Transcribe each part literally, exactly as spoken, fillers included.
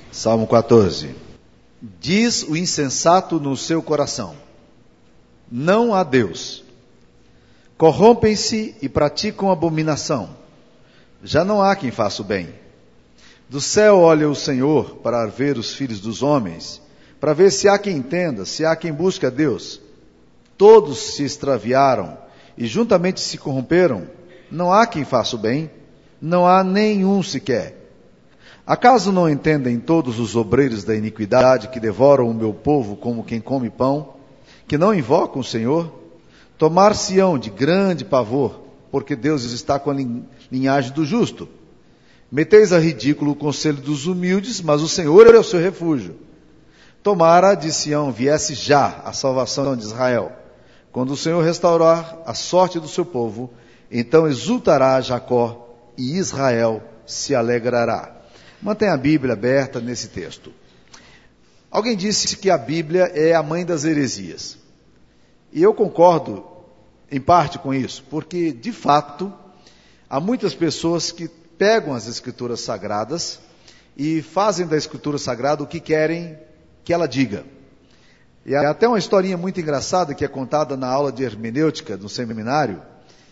Salmo quatorze. Diz o insensato no seu coração: não há Deus. Corrompem-se e praticam abominação. Já não há quem faça o bem. Do céu olha o Senhor para ver os filhos dos homens, para ver se há quem entenda, se há quem busque a Deus. Todos se extraviaram e juntamente se corromperam. Não há quem faça o bem, não há nenhum sequer. Acaso não entendem todos os obreiros da iniquidade que devoram o meu povo como quem come pão, que não invocam o Senhor? Tomar-se-ão de grande pavor, porque Deus está com a linhagem do justo. Meteis a ridículo o conselho dos humildes, mas o Senhor é o seu refúgio. Tomara de Sião viesse já a salvação de Israel. Quando o Senhor restaurar a sorte do seu povo, então exultará Jacó e Israel se alegrará. Mantenha a Bíblia aberta nesse texto. Alguém disse que a Bíblia é a mãe das heresias. E eu concordo em parte com isso, porque, de fato, há muitas pessoas que pegam as Escrituras Sagradas e fazem da Escritura Sagrada o que querem que ela diga. E há até uma historinha muito engraçada que é contada na aula de hermenêutica no seminário,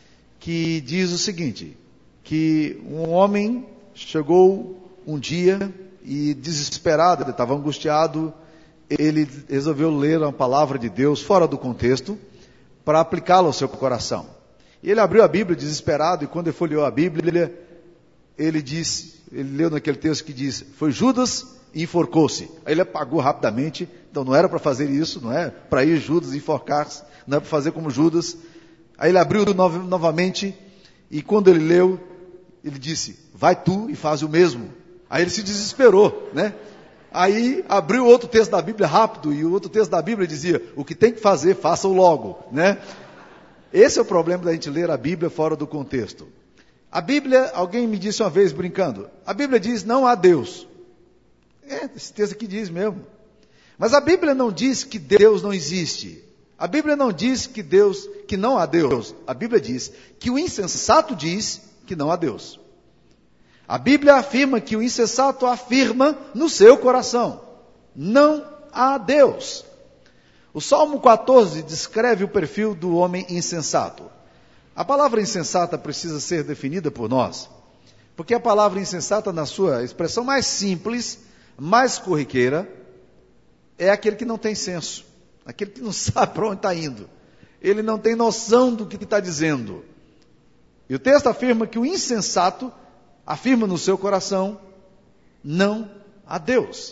que diz o seguinte, que um homem chegou um dia e desesperado, ele estava angustiado, ele resolveu ler uma palavra de Deus fora do contexto para aplicá-la ao seu coração. E ele abriu a Bíblia desesperado e quando ele folheou a Bíblia, ele disse, ele leu naquele texto que diz, foi Judas e enforcou-se. Aí ele apagou rapidamente, então não era para fazer isso, não é para ir Judas e enforcar-se, não é para fazer como Judas. Aí ele abriu no, novamente e quando ele leu, ele disse, vai tu e faz o mesmo. Aí ele se desesperou, né? Aí abriu outro texto da Bíblia rápido e o outro texto da Bíblia dizia, o que tem que fazer, faça-o logo, né? Esse é o problema da gente ler a Bíblia fora do contexto. A Bíblia, alguém me disse uma vez brincando, a Bíblia diz não há Deus. É, esse texto aqui diz mesmo. Mas a Bíblia não diz que Deus não existe. A Bíblia não diz que Deus, que não há Deus. A Bíblia diz que o insensato diz que não há Deus. A Bíblia afirma que o insensato afirma no seu coração, não há Deus. O Salmo quatorze descreve o perfil do homem insensato. A palavra insensata precisa ser definida por nós, porque a palavra insensata, na sua expressão mais simples, mais corriqueira, é aquele que não tem senso, aquele que não sabe para onde está indo. Ele não tem noção do que está dizendo. E o texto afirma que o insensato afirma no seu coração, não há Deus.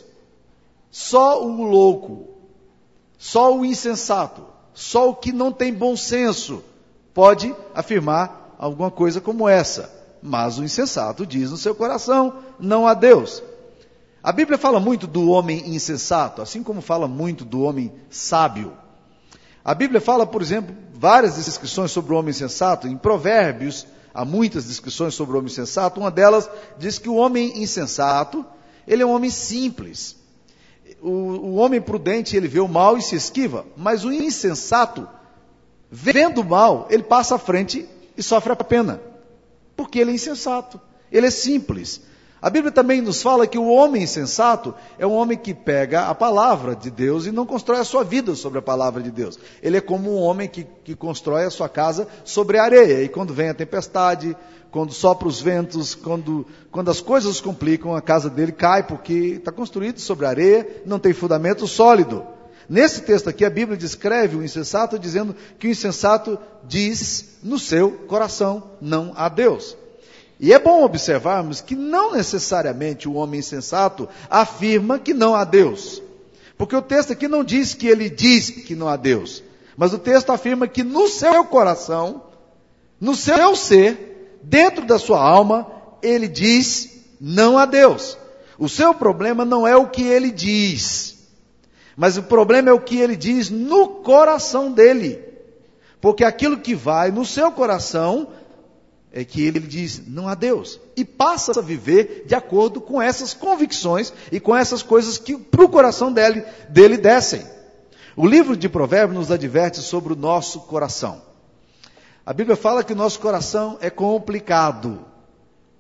Só o louco, só o insensato, só o que não tem bom senso pode afirmar alguma coisa como essa. Mas o insensato diz no seu coração, não há Deus. A Bíblia fala muito do homem insensato, assim como fala muito do homem sábio. A Bíblia fala, por exemplo, várias descrições sobre o homem insensato. Em Provérbios, há muitas descrições sobre o homem insensato. Uma delas diz que o homem insensato, ele é um homem simples. O, o homem prudente, ele vê o mal e se esquiva. Mas o insensato, vendo o mal, ele passa à frente e sofre a pena. Porque ele é insensato. Ele é simples. A Bíblia também nos fala que o homem insensato é um homem que pega a palavra de Deus e não constrói a sua vida sobre a palavra de Deus. Ele é como um homem que, que constrói a sua casa sobre a areia. E quando vem a tempestade, quando sopra os ventos, quando, quando as coisas complicam, a casa dele cai porque está construído sobre a areia, não tem fundamento sólido. Nesse texto aqui, a Bíblia descreve o insensato dizendo que o insensato diz no seu coração, não há Deus. E é bom observarmos que não necessariamente o homem insensato afirma que não há Deus. Porque o texto aqui não diz que ele diz que não há Deus. Mas o texto afirma que no seu coração, no seu ser, dentro da sua alma, ele diz não há Deus. O seu problema não é o que ele diz. Mas o problema é o que ele diz no coração dele. Porque aquilo que vai no seu coração é que ele diz, não há Deus. E passa a viver de acordo com essas convicções e com essas coisas que para o coração dele, dele descem. O livro de Provérbios nos adverte sobre o nosso coração. A Bíblia fala que o nosso coração é complicado.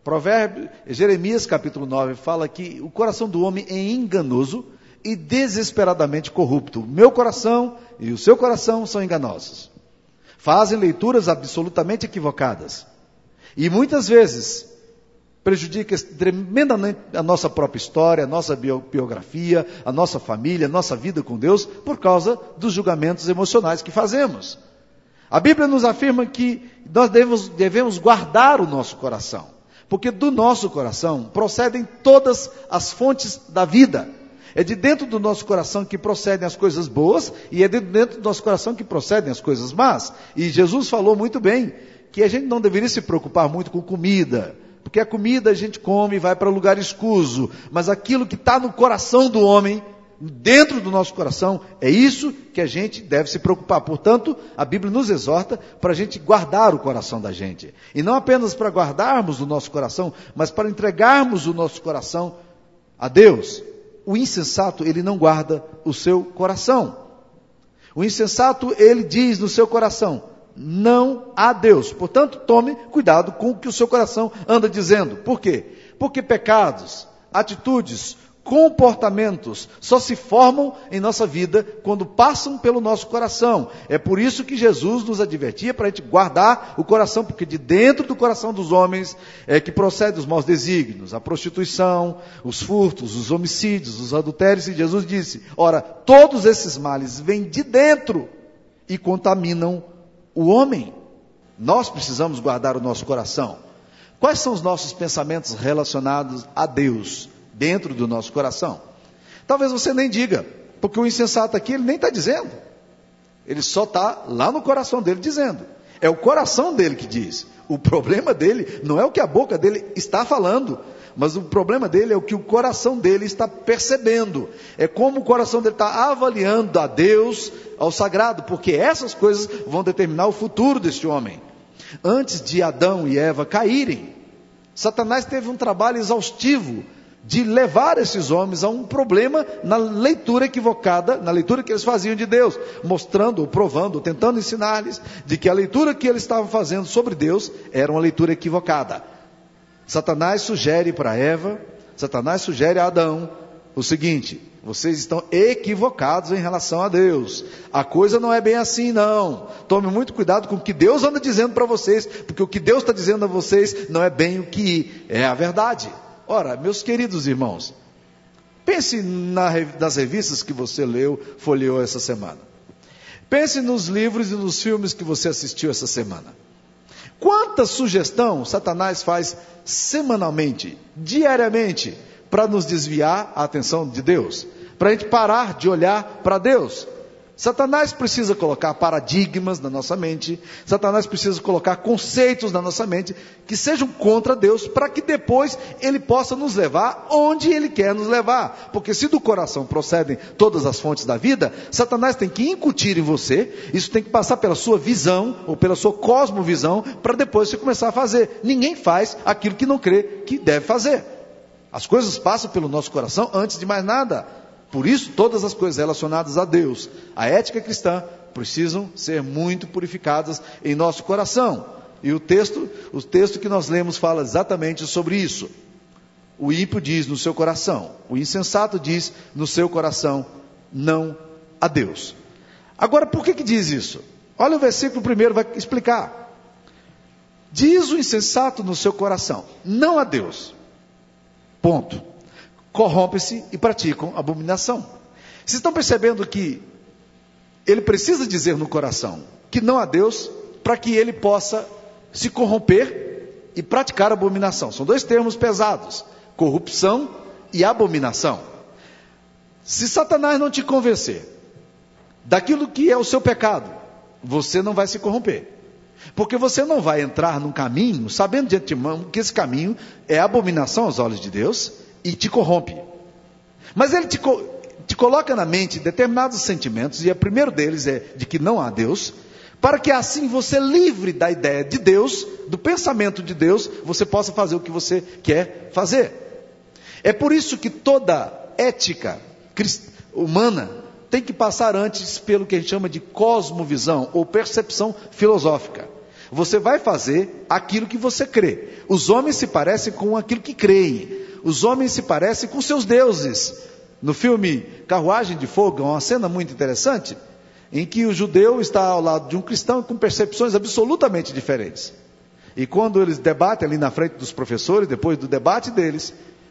Provérbio, Jeremias capítulo nove fala que o coração do homem é enganoso e desesperadamente corrupto. O meu coração e o seu coração são enganosos. Fazem leituras absolutamente equivocadas. E muitas vezes prejudica tremendamente a nossa própria história, a nossa biografia, a nossa família, a nossa vida com Deus, por causa dos julgamentos emocionais que fazemos. A Bíblia nos afirma que nós devemos, devemos guardar o nosso coração, porque do nosso coração procedem todas as fontes da vida. É de dentro do nosso coração que procedem as coisas boas e é de dentro do nosso coração que procedem as coisas más. E Jesus falou muito bem que a gente não deveria se preocupar muito com comida, porque a comida a gente come e vai para lugar escuso, mas aquilo que está no coração do homem, dentro do nosso coração, é isso que a gente deve se preocupar. Portanto, a Bíblia nos exorta para a gente guardar o coração da gente. E não apenas para guardarmos o nosso coração, mas para entregarmos o nosso coração a Deus. O insensato, ele não guarda o seu coração. O insensato, ele diz no seu coração: não há Deus. Portanto, tome cuidado com o que o seu coração anda dizendo. Por quê? Porque pecados, atitudes, comportamentos só se formam em nossa vida quando passam pelo nosso coração. É por isso que Jesus nos advertia para a gente guardar o coração, porque de dentro do coração dos homens é que procedem os maus desígnios, a prostituição, os furtos, os homicídios, os adultérios. E Jesus disse: ora, todos esses males vêm de dentro e contaminam o homem. Nós precisamos guardar o nosso coração. Quais são os nossos pensamentos relacionados a Deus dentro do nosso coração? Talvez você nem diga, porque o insensato aqui, ele nem está dizendo. Ele só está lá no coração dele dizendo. É o coração dele que diz. O problema dele não é o que a boca dele está falando, mas o problema dele é o que o coração dele está percebendo. É como o coração dele está avaliando a Deus, ao sagrado, porque essas coisas vão determinar o futuro deste homem. Antes de Adão e Eva caírem, Satanás teve um trabalho exaustivo de levar esses homens a um problema na leitura equivocada, na leitura que eles faziam de Deus, mostrando, ou provando, ou tentando ensinar-lhes de que a leitura que eles estavam fazendo sobre Deus era uma leitura equivocada. Satanás sugere para Eva, Satanás sugere a Adão o seguinte: vocês estão equivocados em relação a Deus. A coisa não é bem assim, não. Tome muito cuidado com o que Deus anda dizendo para vocês, porque o que Deus está dizendo a vocês não é bem o que é a verdade. Ora, meus queridos irmãos, pense na, nas revistas que você leu, folheou essa semana. Pense nos livros e nos filmes que você assistiu essa semana. Quanta sugestão Satanás faz semanalmente, diariamente, para nos desviar a atenção de Deus, para a gente parar de olhar para Deus. Satanás precisa colocar paradigmas na nossa mente, Satanás precisa colocar conceitos na nossa mente que sejam contra Deus, para que depois ele possa nos levar onde ele quer nos levar. Porque se do coração procedem todas as fontes da vida, Satanás tem que incutir em você, isso tem que passar pela sua visão, ou pela sua cosmovisão, para depois você começar a fazer. Ninguém faz aquilo que não crê que deve fazer. As coisas passam pelo nosso coração antes de mais nada. Por isso, todas as coisas relacionadas a Deus, a ética cristã, precisam ser muito purificadas em nosso coração. E o texto, o texto que nós lemos fala exatamente sobre isso. O ímpio diz no seu coração, o insensato diz no seu coração, não a Deus. Agora, por que que diz isso? Olha o versículo primeiro, vai explicar. Diz o insensato no seu coração, não a Deus. Ponto. Corrompem-se e praticam abominação. Vocês estão percebendo que ele precisa dizer no coração que não há Deus, para que ele possa se corromper e praticar abominação. São dois termos pesados: corrupção e abominação. Se Satanás não te convencer daquilo que é o seu pecado, você não vai se corromper. Porque você não vai entrar num caminho, sabendo de antemão que esse caminho é abominação aos olhos de Deus, e te corrompe. Mas ele te, te coloca na mente determinados sentimentos, e o primeiro deles é de que não há Deus, para que assim você, livre da ideia de Deus, do pensamento de Deus, você possa fazer o que você quer fazer. É por isso que toda ética humana tem que passar antes pelo que a gente chama de cosmovisão, ou percepção filosófica. Você vai fazer aquilo que você crê. Os homens se parecem com aquilo que creem. Os homens se parecem com seus deuses. No filme Carruagem de Fogo, é uma cena muito interessante, em que o judeu está ao lado de um cristão com percepções absolutamente diferentes. E quando eles debatem ali na frente dos professores, depois do debate deles,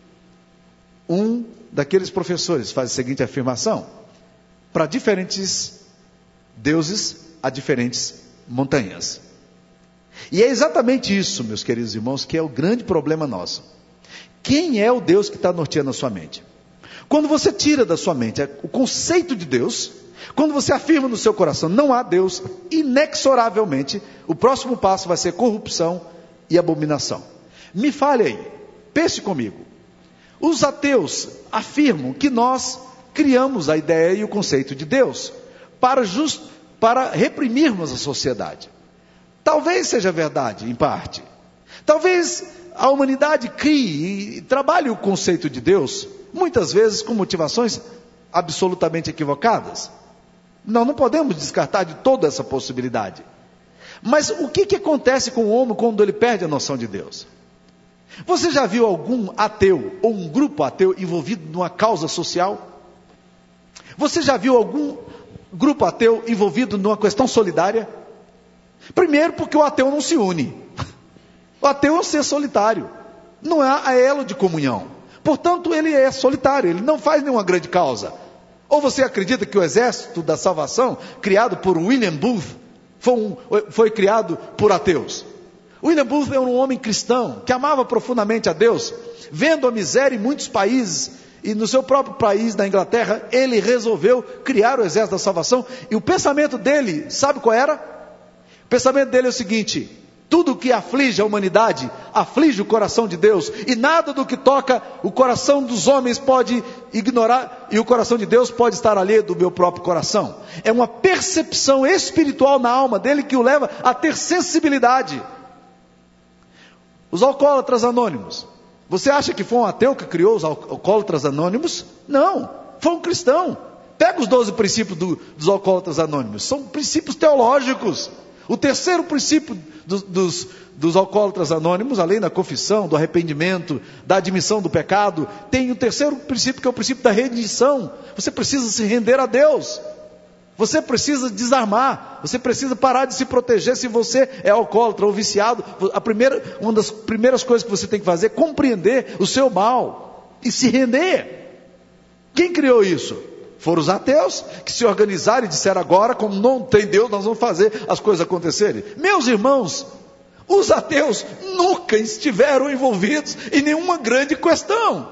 um daqueles professores faz a seguinte afirmação: para diferentes deuses, há diferentes montanhas. E é exatamente isso, meus queridos irmãos, que é o grande problema nosso. Quem é o Deus que está norteando a sua mente? Quando você tira da sua mente o conceito de Deus, quando você afirma no seu coração, não há Deus, inexoravelmente, o próximo passo vai ser corrupção e abominação. Me fale aí, pense comigo. Os ateus afirmam que nós criamos a ideia e o conceito de Deus para, just, para reprimirmos a sociedade. Talvez seja verdade, em parte. Talvez a humanidade crie e trabalhe o conceito de Deus, muitas vezes com motivações absolutamente equivocadas. Nós não podemos descartar de toda essa possibilidade. Mas o que, que acontece com o homem quando ele perde a noção de Deus? Você já viu algum ateu ou um grupo ateu envolvido numa causa social? Você já viu algum grupo ateu envolvido numa questão solidária? Primeiro, porque o ateu não se une. O ateu é um ser solitário. Não há elo de comunhão. Portanto, ele é solitário, ele não faz nenhuma grande causa. Ou você acredita que o exército da salvação, criado por William Booth, foi, um, foi criado por ateus? William Booth era um homem cristão, que amava profundamente a Deus, vendo a miséria em muitos países, e no seu próprio país, na Inglaterra, ele resolveu criar o exército da salvação, e o pensamento dele, sabe qual era? O pensamento dele é o seguinte: tudo que aflige a humanidade, aflige o coração de Deus, e nada do que toca o coração dos homens pode ignorar, e o coração de Deus pode estar alheio do meu próprio coração. É uma percepção espiritual na alma dele que o leva a ter sensibilidade. Os alcoólatras anônimos, você acha que foi um ateu que criou os alcoólatras anônimos? Não, foi um cristão. Pega os doze princípios do, dos alcoólatras anônimos, são princípios teológicos. O terceiro princípio dos, dos, dos alcoólatras anônimos, além da confissão, do arrependimento, da admissão do pecado, tem o terceiro princípio, que é o princípio da rendição. Você precisa se render a Deus. Você precisa desarmar. Você precisa parar de se proteger. Se você é alcoólatra ou viciado, a primeira, uma das primeiras coisas que você tem que fazer é compreender o seu mal e se render. Quem criou isso? Foram os ateus que se organizaram e disseram: agora, como não tem Deus, nós vamos fazer as coisas acontecerem. Meus irmãos, os ateus nunca estiveram envolvidos em nenhuma grande questão.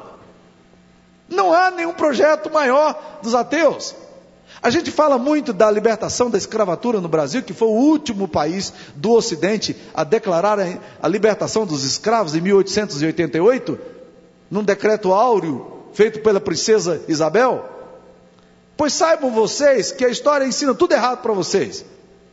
Não há nenhum projeto maior dos ateus. A gente fala muito da libertação da escravatura no Brasil, que foi o último país do Ocidente a declarar a libertação dos escravos em mil oitocentos e oitenta e oito, num decreto áureo feito pela princesa Isabel. Pois saibam vocês que a história ensina tudo errado para vocês.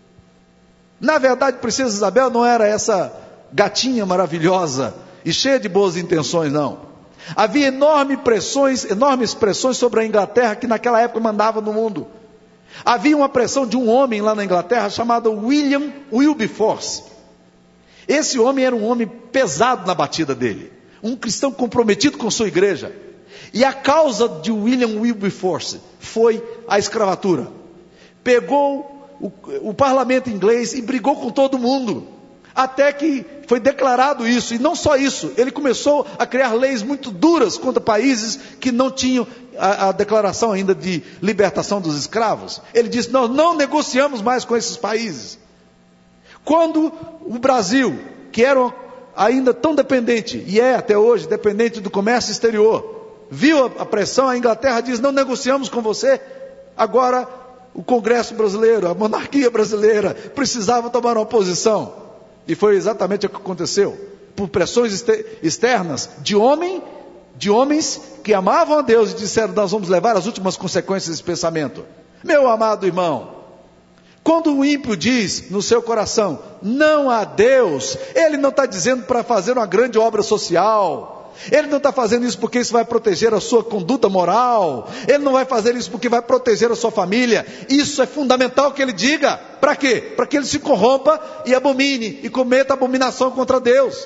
Na verdade, a princesa Isabel não era essa gatinha maravilhosa e cheia de boas intenções, não. Havia enorme pressões, enormes pressões sobre a Inglaterra, que naquela época mandava no mundo. Havia uma pressão de um homem lá na Inglaterra chamado William Wilberforce. Esse homem era um homem pesado na batida dele, um cristão comprometido com sua igreja. E a causa de William Wilberforce foi a escravatura. Pegou o, o parlamento inglês e brigou com todo mundo, até que foi declarado isso. E não só isso, ele começou a criar leis muito duras contra países que não tinham a, a declaração ainda de libertação dos escravos. Ele disse: nós não negociamos mais com esses países. Quando o Brasil, que era ainda tão dependente, e é até hoje dependente do comércio exterior, viu a pressão, a Inglaterra diz: não negociamos com você. Agora o Congresso brasileiro, a monarquia brasileira precisava tomar uma posição. E foi exatamente o que aconteceu. Por pressões externas de homem, de homens que amavam a Deus e disseram: nós vamos levar as últimas consequências desse pensamento. Meu amado irmão, quando o ímpio diz no seu coração: não há Deus, ele não está dizendo para fazer uma grande obra social. Ele não está fazendo isso porque isso vai proteger a sua conduta moral. Ele não vai fazer isso porque vai proteger a sua família. Isso é fundamental que ele diga. Para quê? Para que ele se corrompa e abomine, e cometa abominação contra Deus.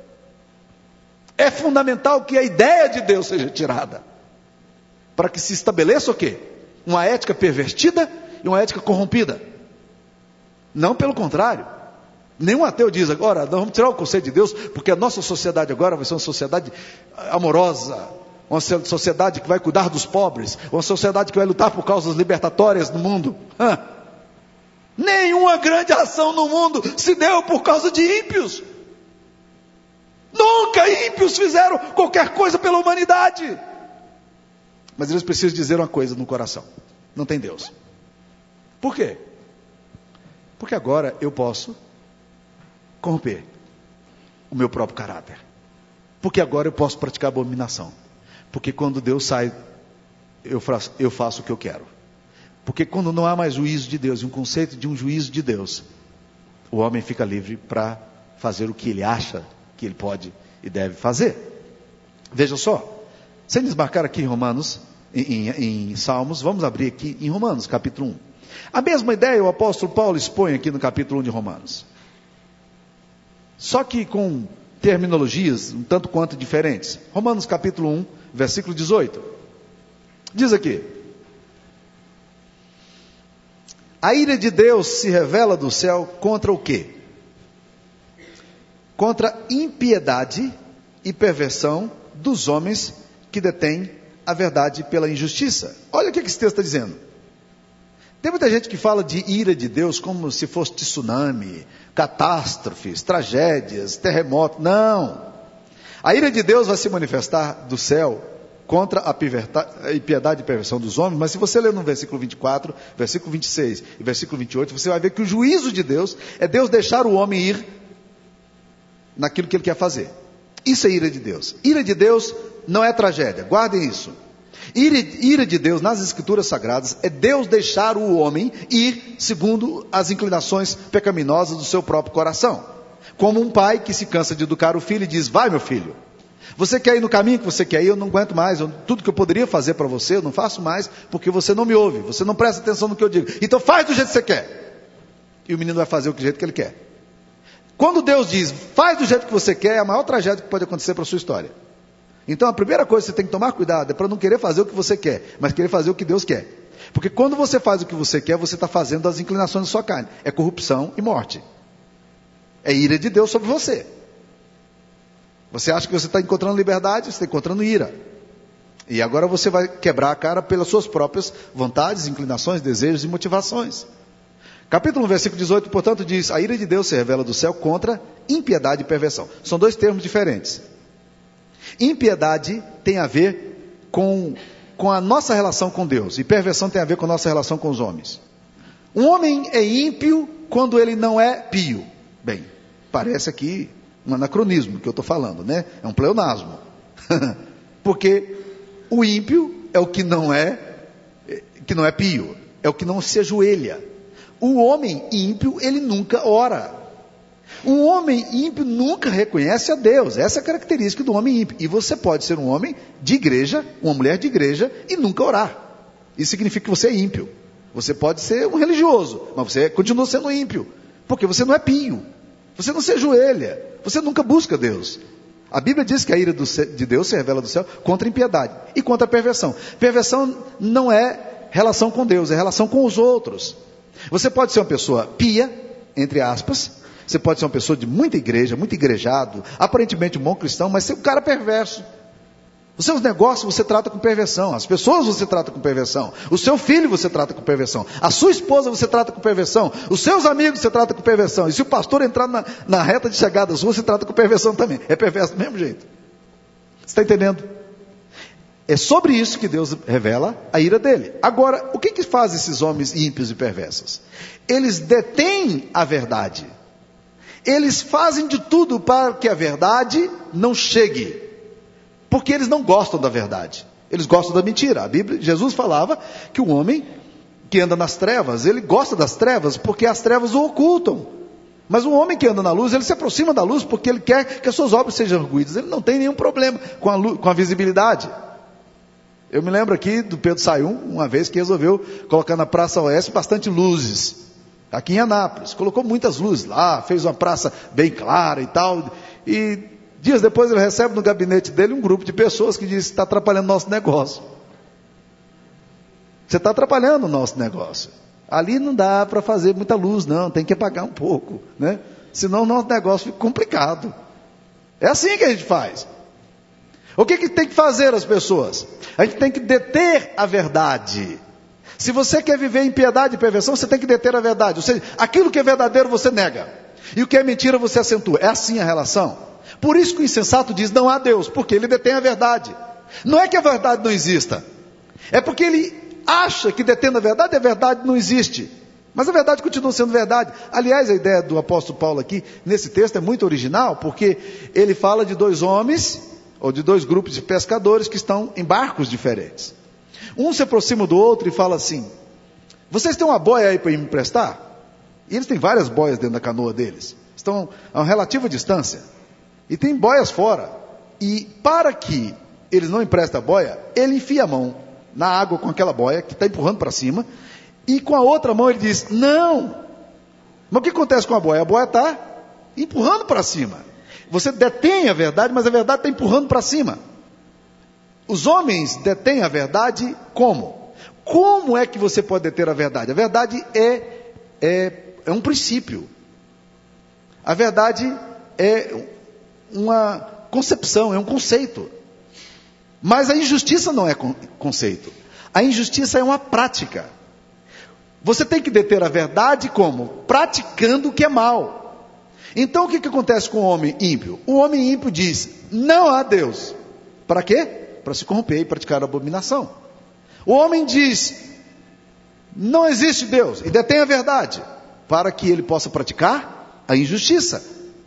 É fundamental que a ideia de Deus seja tirada, para que se estabeleça o quê? Uma ética pervertida e uma ética corrompida. Não pelo contrário. Nenhum ateu diz agora, nós vamos tirar o conceito de Deus, porque a nossa sociedade agora vai ser uma sociedade amorosa, uma sociedade que vai cuidar dos pobres, uma sociedade que vai lutar por causas libertatórias no mundo. Hã? Nenhuma grande ação no mundo se deu por causa de ímpios. Nunca ímpios fizeram qualquer coisa pela humanidade. Mas eles precisam dizer uma coisa no coração: não tem Deus. Por quê? Porque agora eu posso corromper o meu próprio caráter. Porque agora eu posso praticar abominação. Porque quando Deus sai, eu faço, eu faço o que eu quero. Porque quando não há mais juízo de Deus, e um conceito de um juízo de Deus, o homem fica livre para fazer o que ele acha que ele pode e deve fazer. Veja só, sem desmarcar aqui em Romanos, em, em, em Salmos, vamos abrir aqui em Romanos, capítulo um. A mesma ideia o apóstolo Paulo expõe aqui no capítulo um de Romanos. Só que com terminologias um tanto quanto diferentes. Romanos capítulo um, versículo dezoito. Diz aqui: a ira de Deus se revela do céu contra o quê? Contra a impiedade e perversão dos homens que detêm a verdade pela injustiça. Olha o que esse texto está dizendo. Tem muita gente que fala de ira de Deus como se fosse tsunami, catástrofes, tragédias, terremotos. Não. A ira de Deus vai se manifestar do céu contra a impiedade e perversão dos homens, mas se você ler no versículo vinte e quatro, versículo vinte e seis e versículo vinte e oito, você vai ver que o juízo de Deus é Deus deixar o homem ir naquilo que ele quer fazer. Isso é ira de Deus. Ira de Deus não é tragédia, guardem isso. Ira, ira de Deus nas escrituras sagradas é Deus deixar o homem ir segundo as inclinações pecaminosas do seu próprio coração. Como um pai que se cansa de educar o filho e diz: vai meu filho, você quer ir no caminho que você quer ir, eu não aguento mais, eu, tudo que eu poderia fazer para você, eu não faço mais, porque você não me ouve, você não presta atenção no que eu digo, então faz do jeito que você quer. E o menino vai fazer do jeito que ele quer. Quando Deus diz, faz do jeito que você quer, é a maior tragédia que pode acontecer para a sua história. Então a primeira coisa que você tem que tomar cuidado é para não querer fazer o que você quer, mas querer fazer o que Deus quer. Porque quando você faz o que você quer, você está fazendo as inclinações da sua carne. É corrupção e morte. É ira de Deus sobre você. Você acha que você está encontrando liberdade, você está encontrando ira. E agora você vai quebrar a cara pelas suas próprias vontades, inclinações, desejos e motivações. Capítulo um, versículo dezoito, portanto, diz: a ira de Deus se revela do céu contra impiedade e perversão. São dois termos diferentes. Impiedade tem a ver com, com a nossa relação com Deus, e perversão tem a ver com a nossa relação com os homens. Um homem é ímpio quando ele não é pio. Bem, parece aqui um anacronismo que eu estou falando, né? É um pleonasmo. Porque o ímpio é o que não é, que não é pio, é o que não se ajoelha. O homem ímpio, ele nunca ora. Um homem ímpio nunca reconhece a Deus. Essa é a característica do homem ímpio. E você pode ser um homem de igreja, uma mulher de igreja, e nunca orar. Isso significa que você é ímpio. Você pode ser um religioso, mas você continua sendo ímpio, porque você não é pio. Você não se ajoelha. Você nunca busca Deus. A Bíblia diz que a ira do céu, de Deus se revela do céu contra a impiedade e contra a perversão. Perversão não é relação com Deus, é relação com os outros. Você pode ser uma pessoa pia, entre aspas. Você pode ser uma pessoa de muita igreja, muito igrejado, aparentemente um bom cristão, mas ser um cara perverso. Os seus negócios você trata com perversão, as pessoas você trata com perversão, o seu filho você trata com perversão, a sua esposa você trata com perversão, os seus amigos você trata com perversão, e se o pastor entrar na, na reta de chegada sua, você trata com perversão também. É perverso do mesmo jeito. Você está entendendo? É sobre isso que Deus revela a ira dele. Agora, o que que faz esses homens ímpios e perversos? Eles detêm a verdade. Eles fazem de tudo para que a verdade não chegue, porque eles não gostam da verdade, eles gostam da mentira. A Bíblia, Jesus falava que o homem que anda nas trevas, ele gosta das trevas, porque as trevas o ocultam. Mas um homem que anda na luz, ele se aproxima da luz porque ele quer que as suas obras sejam arguídas. Ele não tem nenhum problema com a, luz, com a visibilidade. Eu me lembro aqui do Pedro Sayum, uma vez que resolveu colocar na Praça Oeste bastante luzes, aqui em Anápolis. Colocou muitas luzes lá, fez uma praça bem clara e tal. E dias depois ele recebe no gabinete dele um grupo de pessoas que diz: está atrapalhando o nosso negócio. Você está atrapalhando o nosso negócio. Ali não dá para fazer muita luz, não, tem que apagar um pouco, né? Senão o nosso negócio fica complicado. É assim que a gente faz. O que, que tem que fazer as pessoas? A gente tem que deter a verdade. Se você quer viver em piedade e perversão, você tem que deter a verdade. Ou seja, aquilo que é verdadeiro você nega, e o que é mentira você acentua. É assim a relação. Por isso que o insensato diz: não há Deus, porque ele detém a verdade. Não é que a verdade não exista, é porque ele acha que detendo a verdade, a verdade não existe. Mas a verdade continua sendo verdade. Aliás, a ideia do apóstolo Paulo aqui, nesse texto, é muito original, porque ele fala de dois homens, ou de dois grupos de pescadores que estão em barcos diferentes. Um se aproxima do outro e fala assim: vocês têm uma boia aí para me emprestar? E eles têm várias boias dentro da canoa deles. Estão a uma relativa distância. E tem boias fora. E para que eles não emprestem a boia, ele enfia a mão na água com aquela boia que está empurrando para cima, e com a outra mão ele diz: não. Mas o que acontece com a boia? A boia está empurrando para cima. Você detém a verdade, mas a verdade está empurrando para cima. Os homens detêm a verdade como? Como é que você pode deter a verdade? A verdade é, é, é um princípio. A verdade é uma concepção, é um conceito. Mas a injustiça não é conceito. A injustiça é uma prática. Você tem que deter a verdade como? Praticando o que é mal. Então o que, que acontece com o homem ímpio? O homem ímpio diz: não há Deus. Para quê? Para se corromper e praticar a abominação. O homem diz: não existe Deus, e detém a verdade, para que ele possa praticar a injustiça.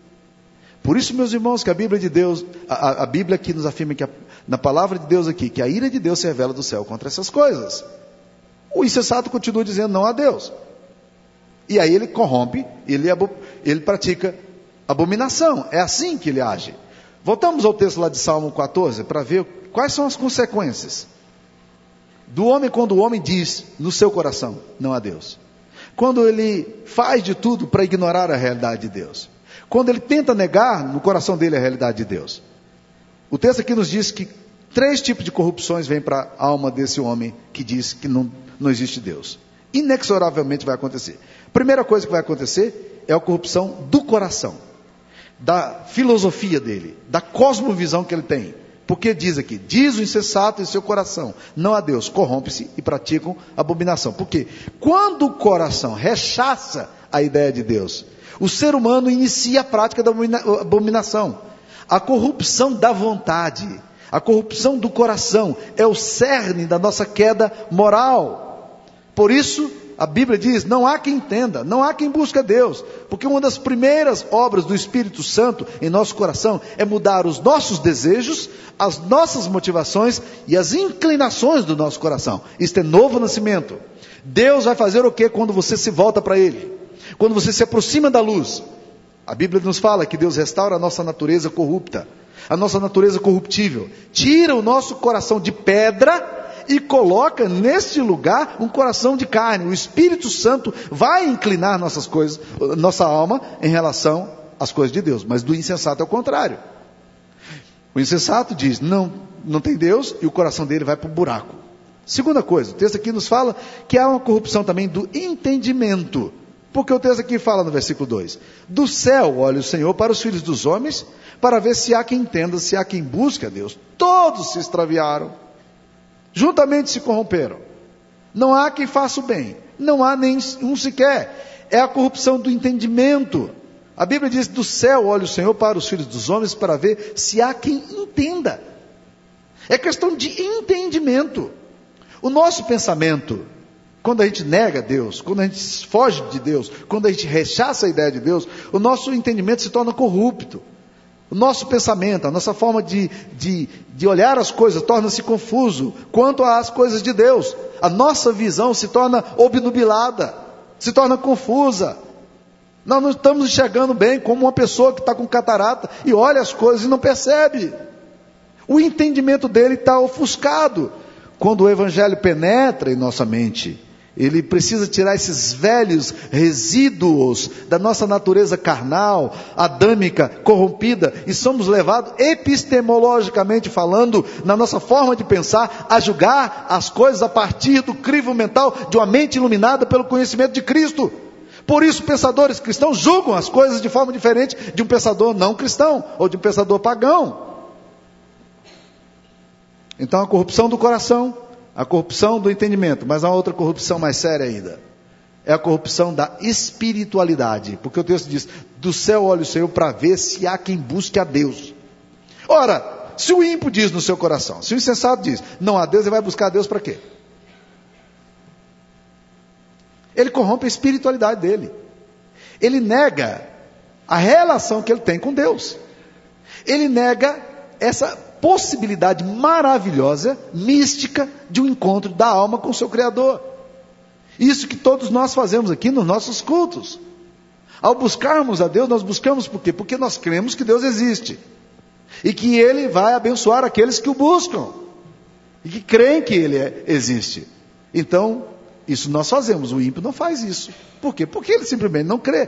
Por isso, meus irmãos, que a Bíblia de Deus, a, a Bíblia aqui nos afirma que a, na palavra de Deus aqui, que a ira de Deus se revela do céu contra essas coisas. O insensato continua dizendo não a Deus. E aí ele corrompe, ele, ele pratica abominação. É assim que ele age. Voltamos ao texto lá de Salmo quatorze para ver quais são as consequências do homem quando o homem diz no seu coração não a Deus. Quando ele faz de tudo para ignorar a realidade de Deus. Quando ele tenta negar no coração dele a realidade de Deus. O texto aqui nos diz que três tipos de corrupções vêm para a alma desse homem que diz que não, não existe Deus. Inexoravelmente vai acontecer. Primeira coisa que vai acontecer é a corrupção do coração, da filosofia dele, da cosmovisão que ele tem. Porque diz aqui: diz o insensato em seu coração não há Deus, corrompe-se e praticam abominação. Porque quando o coração rechaça a ideia de Deus, o ser humano inicia a prática da abominação. A corrupção da vontade, a corrupção do coração é o cerne da nossa queda moral. Por isso, a Bíblia diz: não há quem entenda, não há quem busque a Deus. Porque uma das primeiras obras do Espírito Santo em nosso coração é mudar os nossos desejos, as nossas motivações e as inclinações do nosso coração. Isto é novo nascimento. Deus vai fazer o que quando você se volta para Ele? Quando você se aproxima da luz. A Bíblia nos fala que Deus restaura a nossa natureza corrupta, a nossa natureza corruptível, tira o nosso coração de pedra e coloca neste lugar um coração de carne. O Espírito Santo vai inclinar nossas coisas, nossa alma em relação às coisas de Deus. Mas do insensato é o contrário. O insensato diz não, não tem Deus, e o coração dele vai para o buraco. Segunda coisa, o texto aqui nos fala que há uma corrupção também do entendimento. Porque o texto aqui fala no versículo dois: do céu olha o Senhor para os filhos dos homens, para ver se há quem entenda, se há quem busque a Deus. Todos se extraviaram, juntamente se corromperam. Não há quem faça o bem, não há nem um sequer. É a corrupção do entendimento. A Bíblia diz: do céu olha o Senhor para os filhos dos homens, para ver se há quem entenda. É questão de entendimento. O nosso pensamento, quando a gente nega Deus, quando a gente foge de Deus, quando a gente rechaça a ideia de Deus, o nosso entendimento se torna corrupto. O nosso pensamento, a nossa forma de, de, de olhar as coisas torna-se confuso quanto às coisas de Deus. A nossa visão se torna obnubilada, se torna confusa. Nós não estamos enxergando bem, como uma pessoa que está com catarata e olha as coisas e não percebe. O entendimento dele está ofuscado. Quando o Evangelho penetra em nossa mente, ele precisa tirar esses velhos resíduos da nossa natureza carnal, adâmica, corrompida, e somos levados, epistemologicamente falando, na nossa forma de pensar, a julgar as coisas a partir do crivo mental de uma mente iluminada pelo conhecimento de Cristo. Por isso, pensadores cristãos julgam as coisas de forma diferente de um pensador não cristão, ou de um pensador pagão. Então, a corrupção do coração, a corrupção do entendimento, mas há outra corrupção mais séria ainda. É a corrupção da espiritualidade. Porque o texto diz, do céu olha o Senhor para ver se há quem busque a Deus. Ora, se o ímpio diz no seu coração, se o insensato diz, não há Deus, ele vai buscar a Deus para quê? Ele corrompe a espiritualidade dele. Ele nega a relação que ele tem com Deus. Ele nega essa possibilidade maravilhosa, mística, de um encontro da alma com o seu Criador. Isso que todos nós fazemos aqui nos nossos cultos. Ao buscarmos a Deus, nós buscamos por quê? Porque nós cremos que Deus existe. E que Ele vai abençoar aqueles que o buscam. E que creem que Ele é, existe. Então, isso nós fazemos. O ímpio não faz isso. Por quê? Porque ele simplesmente não crê.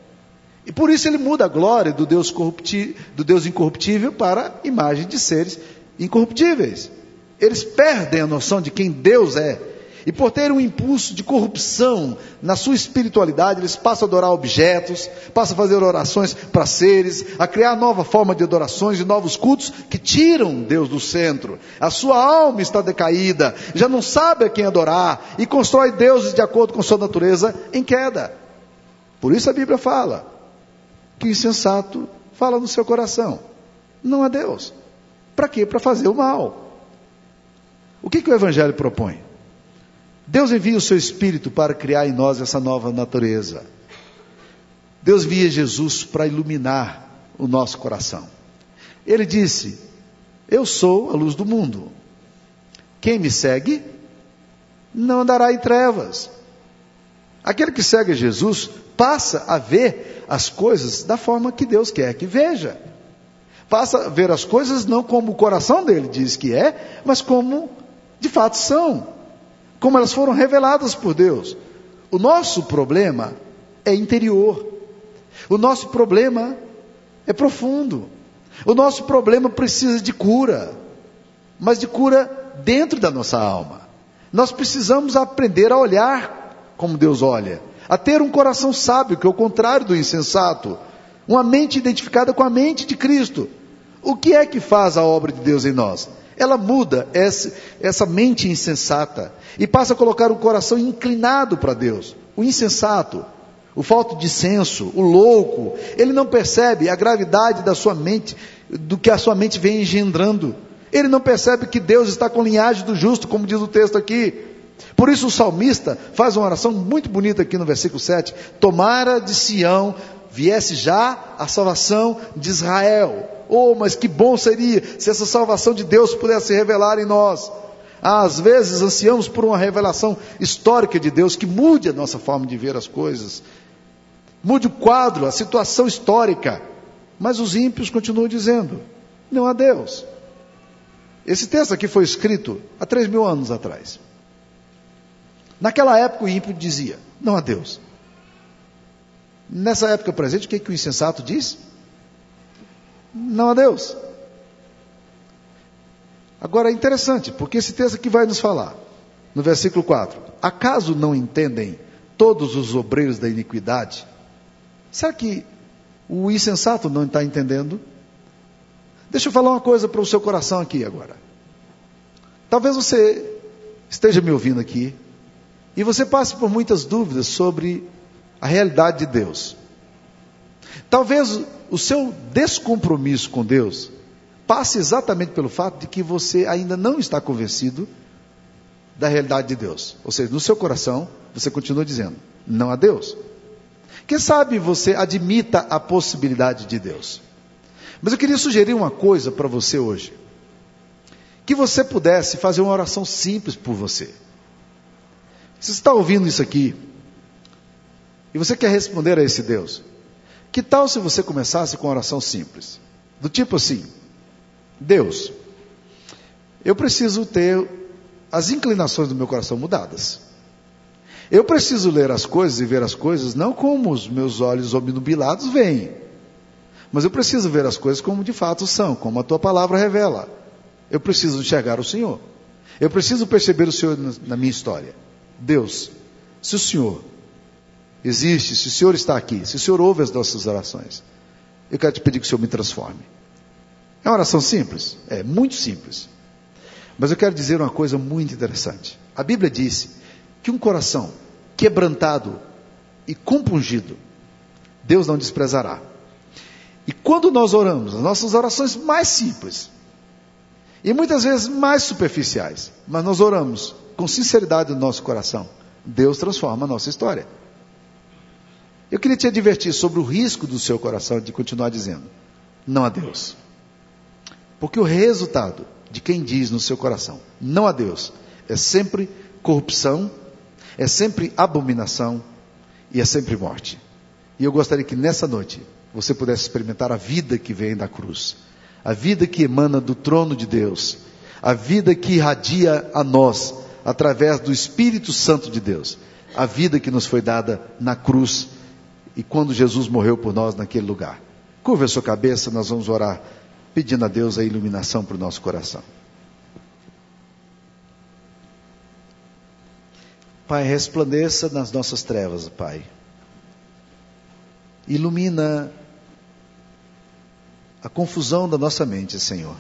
E por isso ele muda a glória do Deus, corrupti- do Deus incorruptível para a imagem de seres incorruptíveis. Eles perdem a noção de quem Deus é. E por ter um impulso de corrupção na sua espiritualidade, eles passam a adorar objetos, passam a fazer orações para seres, a criar nova forma de adorações e novos cultos que tiram Deus do centro. A sua alma está decaída, já não sabe a quem adorar e constrói deuses de acordo com sua natureza em queda. Por isso a Bíblia fala que o insensato fala no seu coração, não a Deus. Para quê? Para fazer o mal. O que, que o Evangelho propõe? Deus envia o seu Espírito para criar em nós essa nova natureza. Deus envia Jesus para iluminar o nosso coração. Ele disse, eu sou a luz do mundo. Quem me segue não andará em trevas. Aquele que segue Jesus passa a ver as coisas da forma que Deus quer que veja. Passa a ver as coisas não como o coração dele diz que é, mas como de fato são. Como elas foram reveladas por Deus. O nosso problema é interior. O nosso problema é profundo. O nosso problema precisa de cura. Mas de cura dentro da nossa alma. Nós precisamos aprender a olhar como Deus olha. A ter um coração sábio, que é o contrário do insensato. Uma mente identificada com a mente de Cristo. O que é que faz a obra de Deus em nós? Ela muda essa, essa mente insensata e passa a colocar o coração inclinado para Deus. O insensato, o falto de senso, o louco, ele não percebe a gravidade da sua mente, do que a sua mente vem engendrando. Ele não percebe que Deus está com a linhagem do justo, como diz o texto aqui. Por isso o salmista faz uma oração muito bonita aqui no versículo sete. Tomara de Sião viesse já a salvação de Israel. Oh, mas que bom seria se essa salvação de Deus pudesse se revelar em nós. Às vezes ansiamos por uma revelação histórica de Deus que mude a nossa forma de ver as coisas. Mude o quadro, a situação histórica. Mas os ímpios continuam dizendo, não há Deus. Esse texto aqui foi escrito há três mil anos atrás. Naquela época o ímpio dizia, não há Deus. Nessa época presente, o que, que o insensato diz? Não há Deus. Agora é interessante, porque esse texto aqui vai nos falar, no versículo quatro, acaso não entendem todos os obreiros da iniquidade? Será que o insensato não está entendendo? Deixa eu falar uma coisa para o seu coração aqui agora. Talvez você esteja me ouvindo aqui, e você passe por muitas dúvidas sobre a realidade de Deus. Talvez o seu descompromisso com Deus passe exatamente pelo fato de que você ainda não está convencido da realidade de Deus. Ou seja, no seu coração, você continua dizendo, não há Deus. Quem sabe você admita a possibilidade de Deus. Mas eu queria sugerir uma coisa para você hoje. Que você pudesse fazer uma oração simples por você. Se você está ouvindo isso aqui, e você quer responder a esse Deus, que tal se você começasse com uma oração simples? Do tipo assim: Deus, eu preciso ter as inclinações do meu coração mudadas. Eu preciso ler as coisas e ver as coisas não como os meus olhos obnubilados veem, mas eu preciso ver as coisas como de fato são, como a tua palavra revela. Eu preciso enxergar o Senhor. Eu preciso perceber o Senhor na minha história. Deus, se o Senhor existe, se o Senhor está aqui, se o Senhor ouve as nossas orações, eu quero te pedir que o Senhor me transforme. É uma oração simples? É, muito simples. Mas eu quero dizer uma coisa muito interessante. A Bíblia diz que um coração quebrantado e compungido, Deus não desprezará. E quando nós oramos, as nossas orações mais simples, e muitas vezes mais superficiais, mas nós oramos com sinceridade no nosso coração, Deus transforma a nossa história. Eu queria te advertir sobre o risco do seu coração de continuar dizendo não a Deus. Porque o resultado de quem diz no seu coração não a Deus é sempre corrupção, é sempre abominação e é sempre morte. E eu gostaria que nessa noite você pudesse experimentar a vida que vem da cruz, a vida que emana do trono de Deus, a vida que irradia a nós através do Espírito Santo de Deus, a vida que nos foi dada na cruz e quando Jesus morreu por nós naquele lugar. Curva a sua cabeça, nós vamos orar pedindo a Deus a iluminação para o nosso coração. Pai, resplandeça nas nossas trevas, Pai. Ilumina a confusão da nossa mente, Senhor.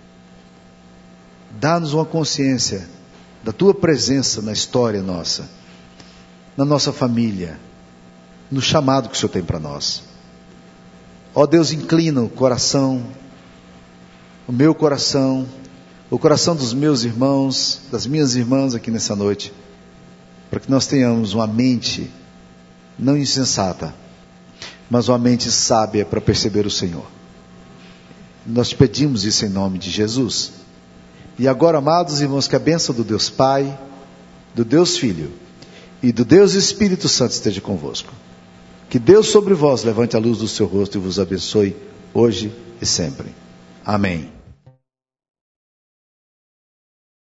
Dá-nos uma consciência da Tua presença na história nossa, na nossa família, no chamado que o Senhor tem para nós. Ó Deus, inclina o coração, o meu coração, o coração dos meus irmãos, das minhas irmãs aqui nessa noite, para que nós tenhamos uma mente não insensata, mas uma mente sábia para perceber o Senhor. Nós te pedimos isso em nome de Jesus. E agora, amados irmãos, que a bênção do Deus Pai, do Deus Filho e do Deus Espírito Santo esteja convosco. Que Deus sobre vós levante a luz do seu rosto e vos abençoe hoje e sempre. Amém.